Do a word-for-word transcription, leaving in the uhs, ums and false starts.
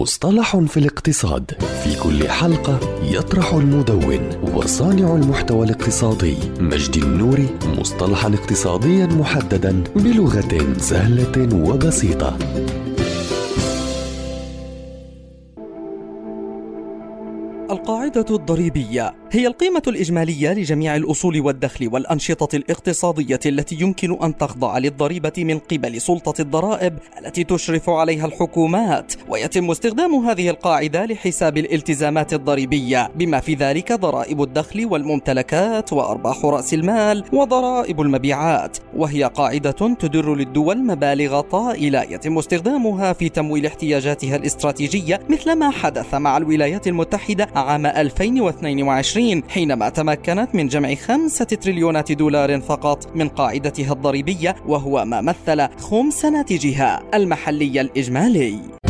مصطلح في الاقتصاد. في كل حلقة يطرح المدون وصانع المحتوى الاقتصادي مجدي النوري مصطلحا اقتصاديا محددا بلغة سهلة وبسيطة. القاعدة الضريبية هي القيمة الإجمالية لجميع الأصول والدخل والأنشطة الاقتصادية التي يمكن أن تخضع للضريبة من قبل سلطة الضرائب التي تشرف عليها الحكومات، ويتم استخدام هذه القاعدة لحساب الالتزامات الضريبية بما في ذلك ضرائب الدخل والممتلكات وأرباح رأس المال وضرائب المبيعات، وهي قاعدة تدر للدول مبالغ طائلة يتم استخدامها في تمويل احتياجاتها الاستراتيجية، مثلما حدث مع الولايات المتحدة عام ألفين واثنين وعشرين حينما تمكنت من جمع خمسة تريليونات دولار فقط من قاعدتها الضريبية، وهو ما مثل خمس ناتجها المحلي الإجمالي.